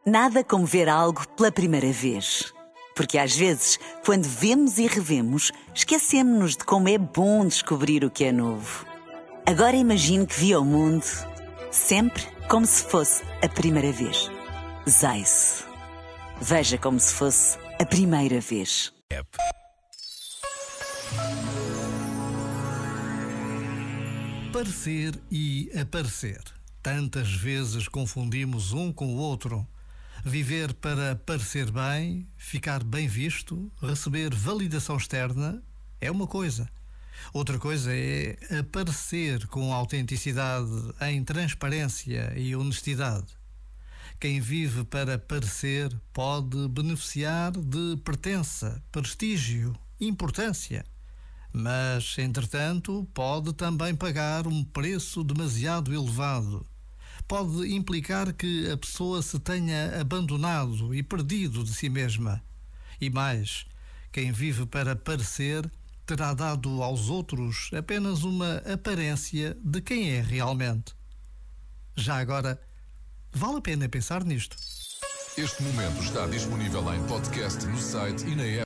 Nada como ver algo pela primeira vez. Porque às vezes, quando vemos e revemos, esquecemos-nos de como é bom descobrir o que é novo. Agora imagine que viu o mundo sempre como se fosse a primeira vez. Zais. Veja como se fosse a primeira vez. Parecer e aparecer. Tantas vezes confundimos um com o outro. Viver para parecer bem, ficar bem visto, receber validação externa é uma coisa. Outra coisa é aparecer com autenticidade, em transparência e honestidade. Quem vive para parecer pode beneficiar de pertença, prestígio, importância. Mas, entretanto, pode também pagar um preço demasiado elevado. Pode implicar que a pessoa se tenha abandonado e perdido de si mesma. E mais, quem vive para parecer terá dado aos outros apenas uma aparência de quem é realmente. Já agora, vale a pena pensar nisto. Este momento está disponível em podcast no site e na app.